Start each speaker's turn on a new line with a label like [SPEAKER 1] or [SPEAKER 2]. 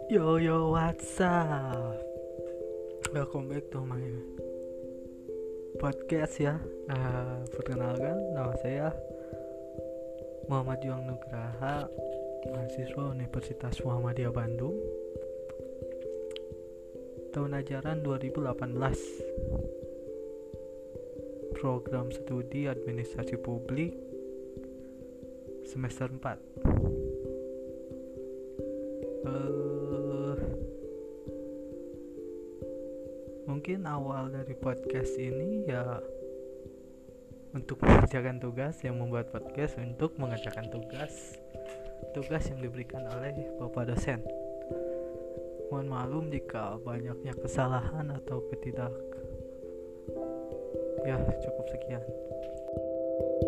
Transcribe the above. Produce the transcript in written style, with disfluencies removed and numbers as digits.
[SPEAKER 1] Yo, what's up? Welcome back to my podcast ya. Perkenalkan, nama saya Muhammad Juang Nugraha, mahasiswa Universitas Muhammadiyah Bandung, tahun ajaran 2018, program studi administrasi publik semester 4. Mungkin awal dari podcast ini ya untuk mengerjakan tugas, yang membuat podcast untuk mengerjakan tugas yang diberikan oleh Bapak dosen. Mohon maklum jika banyaknya kesalahan atau ketidak. Ya, cukup sekian.